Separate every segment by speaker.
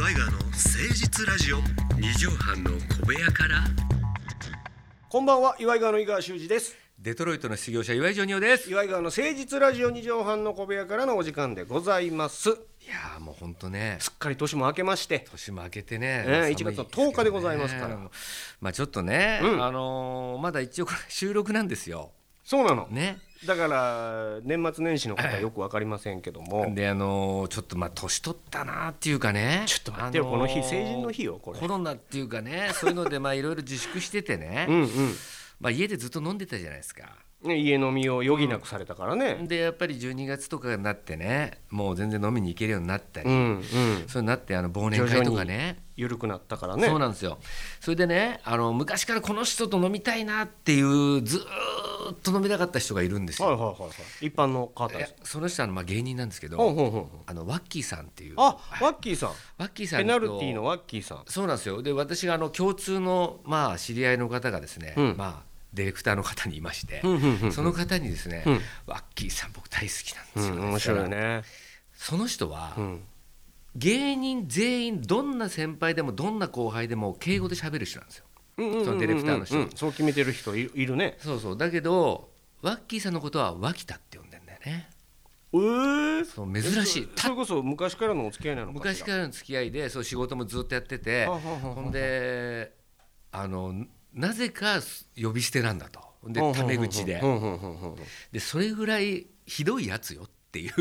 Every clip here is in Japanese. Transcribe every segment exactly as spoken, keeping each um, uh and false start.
Speaker 1: 岩井川の誠実ラジオ。
Speaker 2: 二畳半の小部屋から。
Speaker 3: こんばんは、岩井川の井川修司です。
Speaker 2: デトロイトの失業者岩井ジョニオです。
Speaker 3: 岩井川の誠実ラジオ二畳半の小部屋からのお時間でございます。
Speaker 2: いやーもうほんとね、
Speaker 3: すっかり年も明けまして、
Speaker 2: 年も明けてね、
Speaker 3: えー、いちがつのとおかでございますから、
Speaker 2: まあちょっとね、うん、あのー、まだ一応これ収録なんですよ。
Speaker 3: そうなの
Speaker 2: ね。
Speaker 3: だから年末年始の方はよく分かりませんけども、
Speaker 2: であのー、ちょっとまあ年取ったなっていうかね、
Speaker 3: ちょっと待ってよ、あのー、この日成人の日よこれ。
Speaker 2: コロナっていうかね、そういうのでまあいろいろ自粛しててね
Speaker 3: うん、うん、
Speaker 2: まあ、家でずっと飲んでたじゃないですか。
Speaker 3: 家飲みを余儀なくされたからね、
Speaker 2: うん、でやっぱりじゅうにがつとかになってね、もう全然飲みに行けるようになったり、
Speaker 3: うんうん、
Speaker 2: そうなってあの忘年会とかね
Speaker 3: 緩くなったからね。
Speaker 2: そうなんですよ。それでね、あの昔からこの人と飲みたいなっていうずっと飲みたかった人がいるんですよ。
Speaker 3: はいはいはいはい、一般の方です。
Speaker 2: その人はまあ芸人なんですけど、
Speaker 3: ほうほうほう、
Speaker 2: あのワッキーさんっていう。
Speaker 3: あ、ワッキーさん。
Speaker 2: ワッキーさんと
Speaker 3: ペナルティのワッキーさん。
Speaker 2: そうなんですよ。で私があの共通のまあ知り合いの方がですね、うん、まあディレクターの方にいまして、うんうんうんうん、その方にですね、うん、ワッキーさん僕大好きなんですよ、
Speaker 3: うん、面白いね。
Speaker 2: その人は、うん、芸人全員どんな先輩でもどんな後輩でも敬語で喋る人なんですよ、うんうんうんうん、そのディレクターの人、うん、
Speaker 3: そう決めてる人いる、いるね。
Speaker 2: そうそう。だけどワッキーさんのことはワキタって呼んでんだよね。
Speaker 3: えー、
Speaker 2: そう珍しい。
Speaker 3: それこそ昔からのお付き合いなのかしら。
Speaker 2: 昔からの付き合いで、そう仕事もずっとやってて、ははははほんであのなぜか呼び捨てなんだと。でタメ口で、でそれぐらいひどいやつよっていう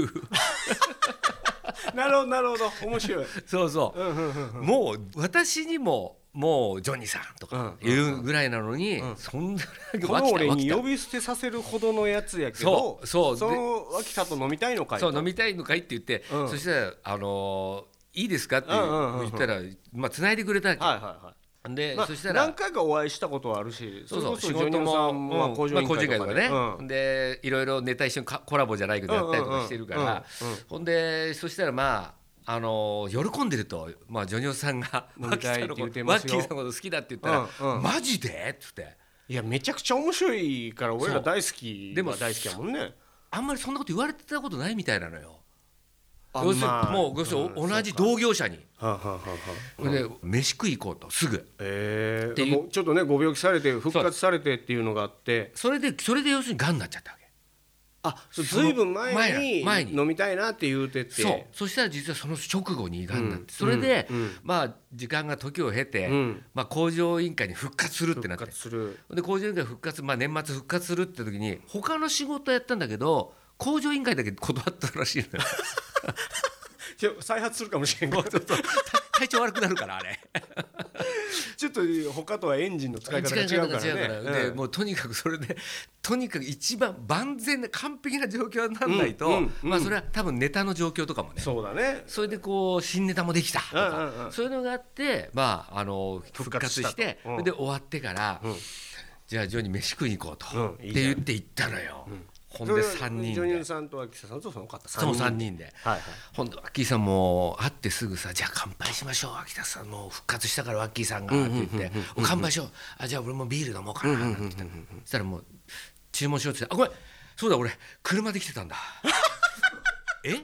Speaker 3: なるほどなるほど、面白い。
Speaker 2: そうそう、もう私にももうジョニーさんとかいうぐらいなのに、うんうん、そんな
Speaker 3: この俺に呼び捨てさせるほどのやつやけど、そうそう、その脇田と飲みたいのかいと、
Speaker 2: そう飲みたいのかいって言って、うん、そしたらあのー、いいですかって言ったら、まあ繋いでくれたわけ、はいはいはい。で、まあ、そしたら
Speaker 3: 何回かお会いしたことはあるし、
Speaker 2: そうそう、仕事も工場委員会とかね、うん、でいろいろネタ一緒にコラボじゃないけどやったりとかしてるから、ほんでそしたらまああのー、喜んでると、まあ、ジョニオさんがワッキーさんのことワッキーさんのこと好きだって言ったら、うんうん、マジでって言って、
Speaker 3: いやめちゃくちゃ面白いから俺ら大好きは大好きやもんね。
Speaker 2: あんまりそんなこと言われてたことないみたいなのよ。要するにもう、うん、同じ同業者に、ははははで飯食い行こうとすぐ、
Speaker 3: えー、もうちょっとねご病気されて復活されてっていうのがあって、
Speaker 2: それでそれで要するにがんになっちゃったわけ。
Speaker 3: あ、ずいぶん前に飲みたいなって言うてって、
Speaker 2: そう、そしたら実はその直後にがんになって、うん、それで、うん、まあ時間が時を経て、うん、まあ、工場委員会に復活するってなって、復活するで工場委員会復活、まあ、年末復活するって時に他の仕事やったんだけど工場委員会だけ断ったらしいのよ
Speaker 3: 再発するかもしれんけど
Speaker 2: 体調悪くなるからあれ
Speaker 3: ちょっと他とはエンジンの使い方が違うからね。から、
Speaker 2: で、うん、もうとにかくそれでとにかく一番万全な完璧な状況にならないと、うんうんうん、まあそれは多分ネタの状況とかもね、
Speaker 3: そうだね、
Speaker 2: それでこう新ネタもできたとか、うんうんうん、そういうのがあってまああの復活して、うん、で終わってから、うん、じゃあジョニー飯食いに行こうと、うん、って言って行ったのよ、うん、ほんでさんにんで
Speaker 3: ジョニーさんとアキさんとその方
Speaker 2: さんにんで、そうさんにんで、はいはい、ほんでアッキーさんも会ってすぐさ、じゃあ乾杯しましょう、アキさんもう復活したからアッキーさんがって言って、うん、乾杯しよう、あじゃあ俺もビール飲もうかななんて言って、そしたらもう注文しようって言って、あごめんそうだ俺車で来てたんだえ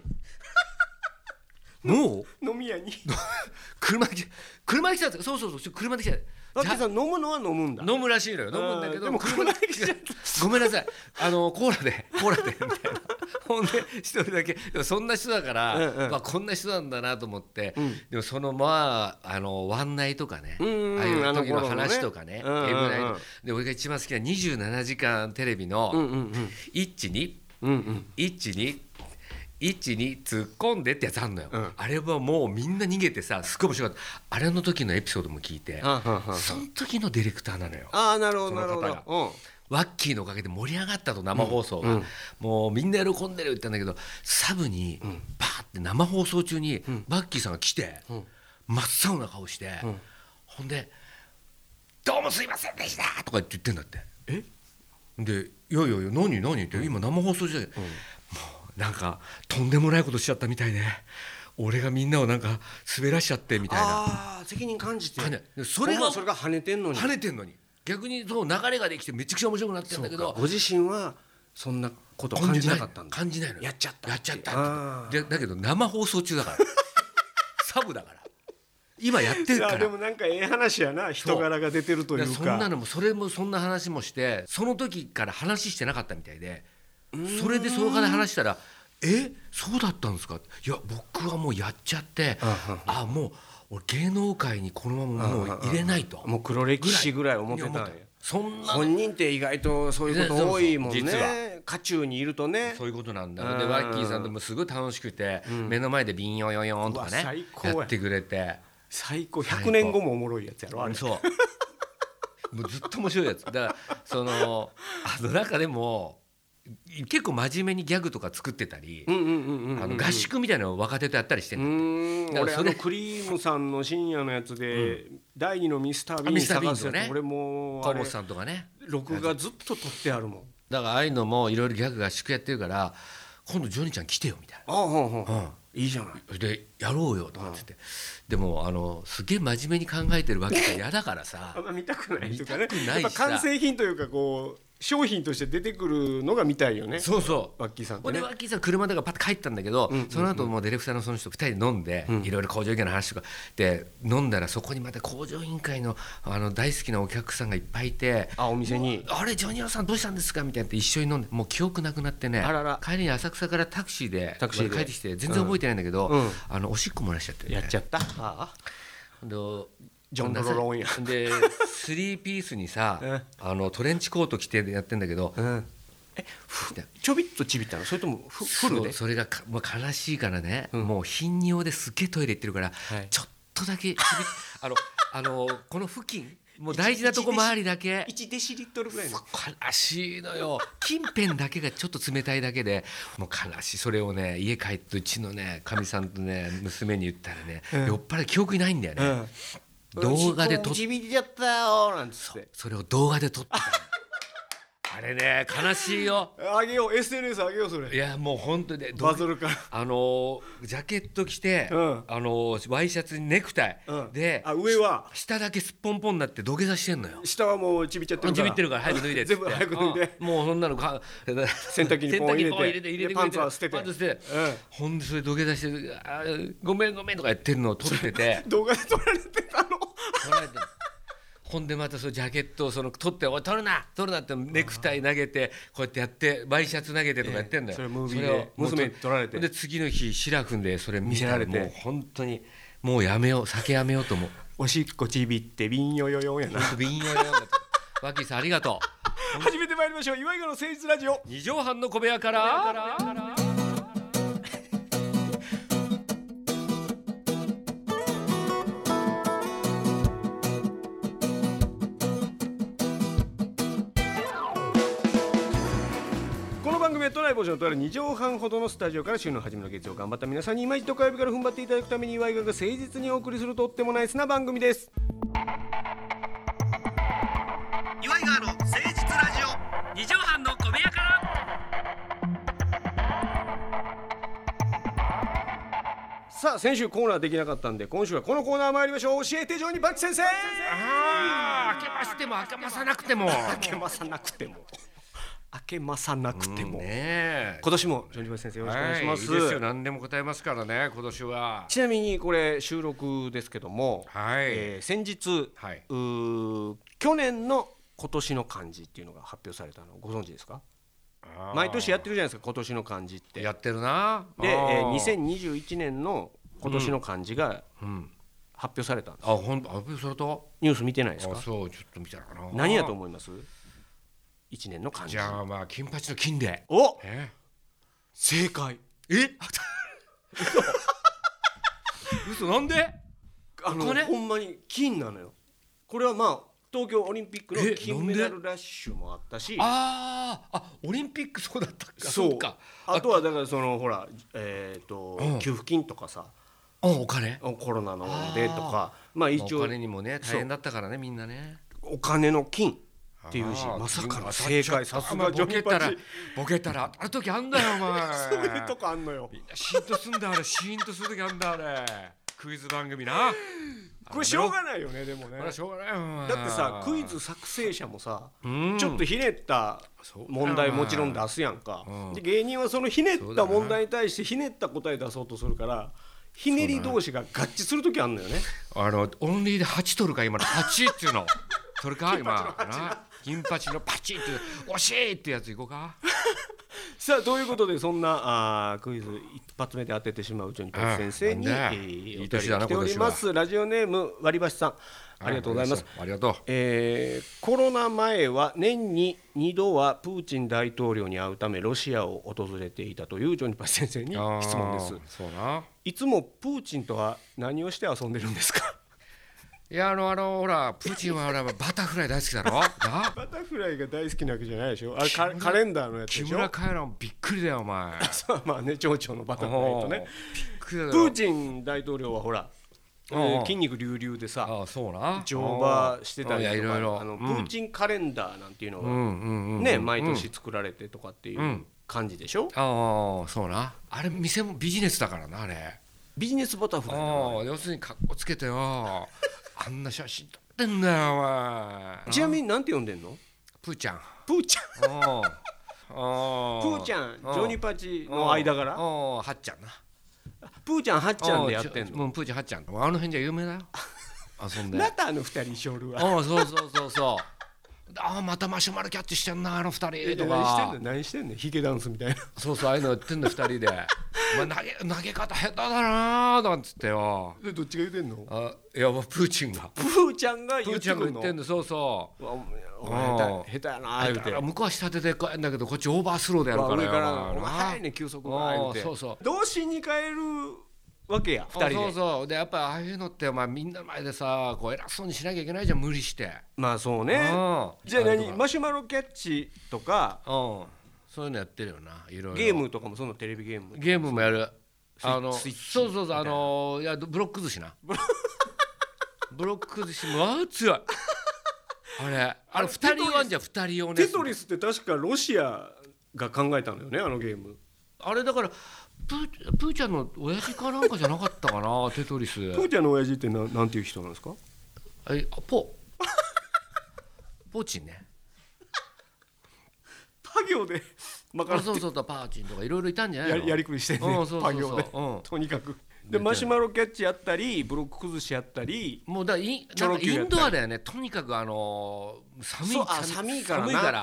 Speaker 2: もう
Speaker 3: 飲み屋に
Speaker 2: 車で来て車で来たんですか。そうそうそう車で来た。
Speaker 3: アッキーさん飲むのは飲むんだ。
Speaker 2: 飲むらしいのよ。飲むんだけど
Speaker 3: でも車で来ちゃった
Speaker 2: ごめんなさいあのコーラでコーラでみたいなほんで一人だけでもそんな人だから、うんうん、まあ、こんな人なんだなと思って、うん、でもそのまああの湾内とかね、うんうん、ああいう時の話とかね、うんうんうん、で俺が一番好きなにじゅうななじかんテレビのいちにいちにいちに突っ込んでってやつあんのよ、うん、あれはもうみんな逃げてさすっごい面白かった。あれの時のエピソードも聞いて、はんはんはん、その時のディレクターなのよ。
Speaker 3: ああなるほどなるほど、うん、
Speaker 2: ワッキーのおかげで盛り上がったと生放送が、うんうん、もうみんな喜んでるって言ったんだけどサブにバーって生放送中にワッキーさんが来て、うん、真っ青な顔して、うん、ほんでどうもすいませんでしたとかって言ってんだって。えでいやいやいや何何って今生放送中で、うん、もうなんかとんでもないことしちゃったみたいで俺がみんなをなんか滑らしちゃってみたいな。
Speaker 3: あー責任感じて
Speaker 2: それが
Speaker 3: それが跳ねてんのに
Speaker 2: 跳ねてんのに逆にそう流れができてめちゃくちゃ面白くなってるんだけど
Speaker 3: ご自身はそんなこと感じなかったんだ。
Speaker 2: 感じないの
Speaker 3: やっちゃった
Speaker 2: やっちゃったでだけど生放送中だからサブだから今やってるから。
Speaker 3: でもなんかええ話やな、人柄が出てるというか。
Speaker 2: そんなのもそれもそんな話もして、その時から話してなかったみたいで、それでその場で話したらえそうだったんですか、いや僕はもうやっちゃって、あもう俺芸能界にこのままもう入れないと、
Speaker 3: もう黒歴史ぐらい思ってたんや。
Speaker 2: そんな
Speaker 3: 本人って意外とそういうこと多いもんね。実は渦中にいるとね、
Speaker 2: そういうことなんだ。でワッキーさんでもすごい楽しくて、目の前でビンヨヨヨンとかねやってくれて、
Speaker 3: 最高。ひゃくねんごもおもろいやつやろあれ。
Speaker 2: そうもうずっと面白いやつだから、そのあの中でも結構真面目にギャグとか作ってたり、合宿みたいなのを若手とやったりしてるんだって。
Speaker 3: 俺あのクリームさんの深夜のやつで、うん、だいにのミスタービーン探すやつ、ね、俺も
Speaker 2: 河本さんとかね
Speaker 3: 録画ずっと撮ってあるもん。
Speaker 2: だからああいうのもいろいろギャグ合宿やってるから、今度ジョニーちゃん来てよみたいな。ああ、うんうん、
Speaker 3: いいじゃない。
Speaker 2: でやろうよとかって言って、でもあのすげえ真面目に考えてるわけじゃ嫌だからさ
Speaker 3: あんま見たくないとかね。やっぱ完成品というかこう商品として出てくるのが見たいよね。
Speaker 2: そうそう
Speaker 3: ワッキーさんってね。
Speaker 2: 俺ワッキーさん車だからパッと帰ったんだけど、うんうんうん、その後もうディレクターのその人ふたりで飲んで、いろいろ工場委員会の話とかで飲んだら、そこにまた工場委員会のあの大好きなお客さんがいっぱいいて、
Speaker 3: あお店に
Speaker 2: あれジョニオさんどうしたんですかみたいなって一緒に飲んで、もう記憶なくなってね、
Speaker 3: あらら
Speaker 2: 帰りに浅草からタクシーでタクシーで帰ってきて全然覚えてないんだけど、うんうん、あのおしっこ漏らしちゃって、ね、
Speaker 3: やっちゃった。ああ
Speaker 2: で
Speaker 3: ジョン・ロロロンや
Speaker 2: でスリーピースにさあのトレンチコート着てやってんだけど、うん、
Speaker 3: えちょびっとちびったの、それともフルで。
Speaker 2: そ, それがもう悲しいからね、うん、もう頻尿ですっげえトイレ行ってるから、はい、ちょっとだけちびあのあのこの付近もう大事なとこ周りだけ
Speaker 3: いちデシリットルぐらいの。
Speaker 2: 悲しいのよ。近辺だけがちょっと冷たいだけでもう悲しい。それをね家帰ってうちのねかみさんとね娘に言ったらね、うん、酔っ払い記憶ないんだよね、うん動画で撮っ
Speaker 3: ちびりちゃったよなんつって、
Speaker 2: それを動画で撮ってたあれね悲しいよ。
Speaker 3: あげよう エスエヌエス あげようそれ。
Speaker 2: いやもう本当に
Speaker 3: バズるから。
Speaker 2: あのジャケット着て、うん、あのワイシャツにネクタイ、うん、で
Speaker 3: あ上は
Speaker 2: 下だけすっぽんぽんになって土下座してんのよ。
Speaker 3: 下はもうちびっちゃってるから
Speaker 2: ちびってるから早く脱いでっつって
Speaker 3: 全部早く脱いで
Speaker 2: もうそんなのか
Speaker 3: 洗濯機にポン入れて
Speaker 2: 入れて入れて
Speaker 3: パンツは捨てて、
Speaker 2: パンツ捨てて、うん、ほんでそれ土下座してあごめんごめんとかやってるのを撮ってて
Speaker 3: 動画で撮られてたの
Speaker 2: 撮られてるほんでまたそのジャケットをその取って「おい取るな取るな」ってネクタイ投げてこうやってやってワイシャツ投げてとかやってんだよ、
Speaker 3: えー、それムービーで娘に撮られて、
Speaker 2: で次の日シラフンでそれ見せられて、もう本当にもうやめよう酒やめようと思う。
Speaker 3: おしっこちびってビンヨヨヨンやな。
Speaker 2: ビンヨヨヨンだとワッキーさんありがと
Speaker 3: う始めてまいりましょう。岩井川の誠実ラジオ
Speaker 2: 二畳半の小部屋から
Speaker 3: 都内某所のとあるに畳半ほどのスタジオから週の初めの月曜頑張った皆さんに今一度火曜日から踏ん張っていただくために岩井川が誠実にお送りするとってもナイスな番組です。
Speaker 1: 岩井川の誠実ラジオ
Speaker 2: に畳半の小部屋から。
Speaker 3: さあ先週コーナーできなかったんで今週はこのコーナー参りましょう。教えてジョニバッチ先生。
Speaker 2: ああ明けましても明けまさなくても
Speaker 3: 明けまさなくても明けまさなくても、
Speaker 2: うんね、
Speaker 3: 今年もジョニバッチ先生よろしくお願いします。
Speaker 2: はい、いいですよ何でも答えますからね今年は。
Speaker 3: ちなみにこれ収録ですけども、
Speaker 2: はい
Speaker 3: えー、先日、はい、う去年の今年の漢字っていうのが発表されたのご存知ですか。毎年やってるじゃないですか今年の漢字って。
Speaker 2: やってるな。
Speaker 3: で、えー、にせんにじゅういちねんの今年の漢字が発表されたんです、
Speaker 2: うんうん、あほん発表された。
Speaker 3: ニュース見てないですか。
Speaker 2: あそうちょっと見たかな。
Speaker 3: 何やと思います。いちねんの漢字。
Speaker 2: じゃあまあ金八の金で。
Speaker 3: おえ正解。
Speaker 2: え嘘なんで。
Speaker 3: あのほんまに金なのよ。これはまあ東京オリンピックの金メダルラッシュもあったし。
Speaker 2: ああオリンピックそうだったか。
Speaker 3: そうか。あとはだからそのほらえっと給付金とかさ、
Speaker 2: お金
Speaker 3: コロナのでとか、まあ一応
Speaker 2: お金にもね大変だったからねみんなね。
Speaker 3: お金の金っていう字まさかの正解。さすがジョニパチ。
Speaker 2: ボケたらある時あんだよお前
Speaker 3: そういうとこあんのよ。
Speaker 2: シーンとすんだあれシーンとする時あんだあれクイズ番組な。
Speaker 3: これしょうがないよね。でもね
Speaker 2: これしょうがないよ。
Speaker 3: だってさクイズ作成者もさちょっとひねった問題もちろん出すやんか。で芸人はそのひねった問題に対してひねった答え出そうとするからひねり同士が合致する時あるのよね。
Speaker 2: あのオンリーではち取るか今のはちっていうのそれか今な銀八のパチって惜しいってやついこうか。
Speaker 3: さあということでそんなあクイズ一発目で当ててしまうジョニパチ先生に、えー、お便り来ております。ラジオネーム割り箸さん、ありがとうございます。
Speaker 2: ありがとう。
Speaker 3: えー、コロナ前は年ににどはプーチン大統領に会うためロシアを訪れていたというジョニパチ先生に質問です。
Speaker 2: そうな。
Speaker 3: いつもプーチンとは何をして遊んでるんですか。
Speaker 2: いやあのあのほらプーチンはほらバタフライ大好きだろな。
Speaker 3: バタフライが大好きなわけじゃないでしょ。あれ カ, カレンダーのやつでしょ。
Speaker 2: 木村カエラもびっくりだよお前。
Speaker 3: そうまあね蝶々のバタフライとね。
Speaker 2: びっくりだよ。
Speaker 3: プーチン大統領はほら、えー、筋肉隆々でさ、
Speaker 2: あそうな
Speaker 3: 乗馬してたりとか、
Speaker 2: いろいろ
Speaker 3: あのプーチンカレンダーなんていうのがね毎年作られてとかっていう感じでしょ。
Speaker 2: ああそうな。あれ店もビジネスだからなあれ。
Speaker 3: ビジネスバタフライだな。
Speaker 2: 要するにカッコつけてよ。あんな写真撮ってんだよお前。
Speaker 3: ちなみになんて呼んでんの。
Speaker 2: プーちゃん。
Speaker 3: プーちゃん。プーちゃんジョニパチの間柄。
Speaker 2: はっちゃんな。
Speaker 3: プーちゃんはっちゃんでやってんの。
Speaker 2: もうプーちゃんはっちゃん。あの辺じゃ有名だよ。遊んで。
Speaker 3: またあの二人ショルは。
Speaker 2: ああそうそうそうそう。ああまたマシュマロキャッチしてんなあの二人とか。
Speaker 3: 何してんの何してんのヒゲダンスみたいな。
Speaker 2: そうそうああいうのやってんの二人で。お前投げ投げ方下手だなーなんつってよ。
Speaker 3: でどっちが言うてんの。
Speaker 2: あいやプーチンが。
Speaker 3: プーちゃんが言ってくるの。
Speaker 2: プーちゃんが言ってんのそうそう。
Speaker 3: 下手下手やな言うて。
Speaker 2: 向こうは下手でかいんだけどこっちオーバースローでやるからよ。
Speaker 3: 上からお前早いね球速が言うて。
Speaker 2: そうそう。
Speaker 3: 童心に変えるわけやふたりで。
Speaker 2: そうそうでやっぱああいうのってまあみんなの前でさこう偉そうにしなきゃいけないじゃん無理して。
Speaker 3: まあそうね。じゃあ何マシュマロキャッチとか。
Speaker 2: そういうのやってるよないろいろ。
Speaker 3: ゲームとかもそのテレビゲーム。
Speaker 2: ゲームもやる。あのそうそうそうあのいやブロック寿司な。ブロック寿司もあ強い。あれあれふたり用あんじゃんふたり用ね。
Speaker 3: テトリスって確かロシアが考えたのよねあのゲーム。
Speaker 2: あれだからプー、プーちゃんの親父かなんかじゃなかったかなテトリス。プ
Speaker 3: ーちゃんの親父ってななんていう人なんですか。
Speaker 2: えポポーチンね。
Speaker 3: パ行で
Speaker 2: まかそうそうそうパーチンとかいろいろいたんじゃないの。
Speaker 3: や, やりくりしてね、うん、そうそうそうパ行で、うん、とにかくでマシュマロキャッチやったりブロック崩しやったり
Speaker 2: もうだインなんかインドアだよねとにかくあのー、寒い
Speaker 3: あ寒いからな
Speaker 2: 寒いから、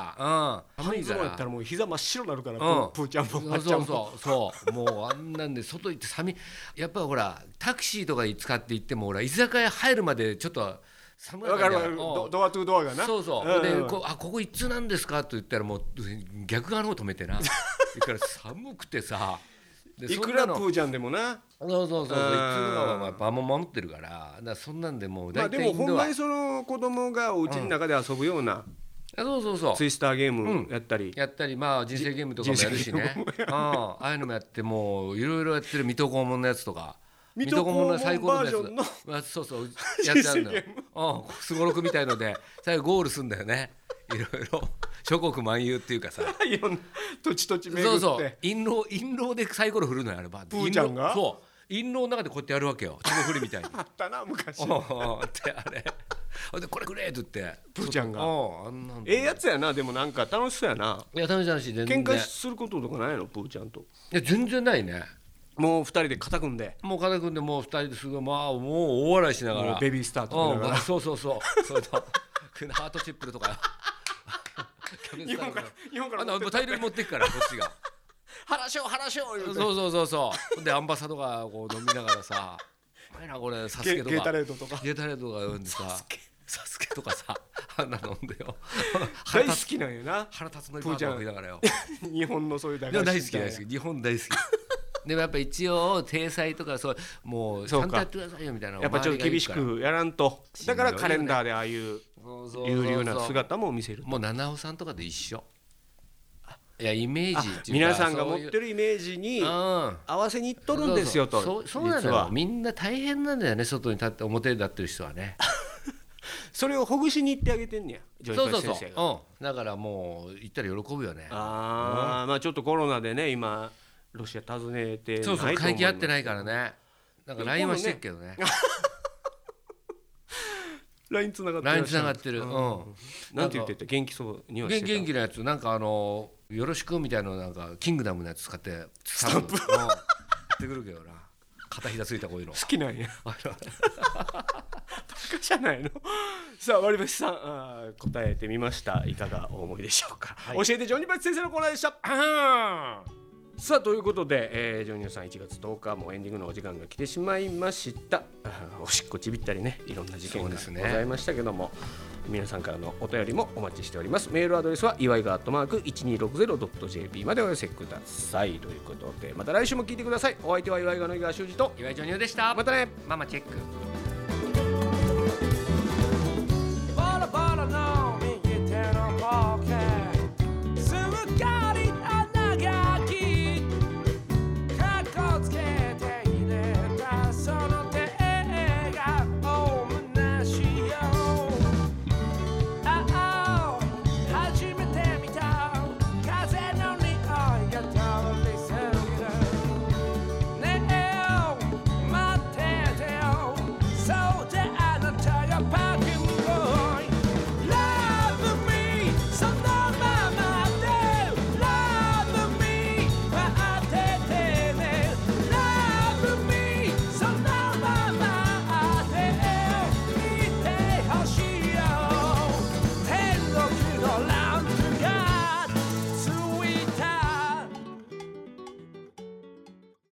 Speaker 3: うん、寒いからやったらもう膝真っ白になるから、
Speaker 2: うん、
Speaker 3: プーちゃんも
Speaker 2: あっちゃんもそうそうそうもうあんなんで外行って寒いやっぱほらタクシーとか使って行ってもほら居酒屋入るまでちょっと
Speaker 3: 寒いから分かる分かるドアトゥドアがな
Speaker 2: そうそう、うんうん、でこあここ一通なんですかと言ったらもう逆側の方止めてなだから寒くてさ
Speaker 3: いくらプーちゃんでもな
Speaker 2: そうそうそうそう一通は場も守ってるからだからそんなんでもう大体
Speaker 3: まあでもほんまにその子供がお家の中で遊ぶような、
Speaker 2: うん、そうそうそう
Speaker 3: ツイスターゲームやったり、
Speaker 2: うん、やったりまあ人生ゲームとかもやるしねああいうのもやってもういろいろやってる水戸黄門のやつとか
Speaker 3: 水戸黄門バージョンの
Speaker 2: そうそうやっちゃうんだよすごろくみたいので最後ゴールすんだよねいろいろ諸国漫遊っていうかさ
Speaker 3: いろんな土地土地巡って
Speaker 2: そうそう印籠印籠でサイコロ振るのよあれば
Speaker 3: プーちゃんが
Speaker 2: そう印籠の中でこうやってやるわけよ血の振りみたいに
Speaker 3: あったな昔
Speaker 2: ってあれでこれくれって言って
Speaker 3: プーちゃんが
Speaker 2: あんなん
Speaker 3: ええやつやなでもなんか楽しそうやない
Speaker 2: や楽しい楽しい全然
Speaker 3: 喧嘩することとかないのプーちゃんと
Speaker 2: いや全然ないね
Speaker 3: もうふたりで肩組んで
Speaker 2: もう肩組んでもうふたりですごいまあもう大笑いしながら
Speaker 3: ベビースターとか
Speaker 2: そうそうそうそれとハートチップルとか
Speaker 3: 日本から日本から
Speaker 2: あの大量に持っていくからこっちが
Speaker 3: 話しよう話しよう言うて
Speaker 2: そうそうそうそうでアンバサドがこう飲みながらさお前らこれサスケとか
Speaker 3: ゲータレードとか
Speaker 2: ゲータレードとか呼んでさサスケとかさあんな飲んでよ
Speaker 3: 大好きなんよな
Speaker 2: 腹立つのにパート食いながらよ
Speaker 3: 日本のそういう
Speaker 2: 大好き大好き日本大好きでもやっぱ一応体裁とかそうもうちゃんとやってくださいよみたいな
Speaker 3: やっぱちょっと厳しくやらんとだからカレンダーでああいう優々な姿も見せる
Speaker 2: もう七尾さんとかで一緒いやイメージっていうか
Speaker 3: 皆さんが持ってるイメージに合わせにいっとるんですよと
Speaker 2: そうそうなのよみんな大変なんだよね外に立って表に立ってる人はね
Speaker 3: それをほぐしに行ってあげてんねやジョニパチ先生が
Speaker 2: そうそうそう、うん、だからもう行ったら喜ぶよね
Speaker 3: ああ、うん、まあちょっとコロナでね今ロシア訪ねてないと思う
Speaker 2: そうそう会議合ってないからねなんか ライン はしてるけどね
Speaker 3: ライン つながってる
Speaker 2: ライン つながってる、うん、
Speaker 3: なんて言ってた元気そうにはしてた
Speaker 2: 元気なやつなんかあのよろしくみたいななんかキングダムのやつ使って
Speaker 3: スタンプ
Speaker 2: やってくるけどな片膝ついたこういうの
Speaker 3: 好きなんやバカじゃないのさあ割橋さんあ答えてみました。いかがお思いでしょうか、はい、教えてジョニバチ先生のコーナーでした。さあということで、えー、ジョニオさんいちがつとおかもエンディングのお時間が来てしまいました。おしっこちびったりねいろんな事件がございましたけども、ね、皆さんからのお便りもお待ちしております。メールアドレスは祝いがアットマーク いちにーろくゼロドットジェーピー までお寄せくださいということでまた来週も聞いてください。お相手は祝いがの井川修司と
Speaker 2: 岩井ジョニオでした。
Speaker 3: またね
Speaker 2: ママチェック。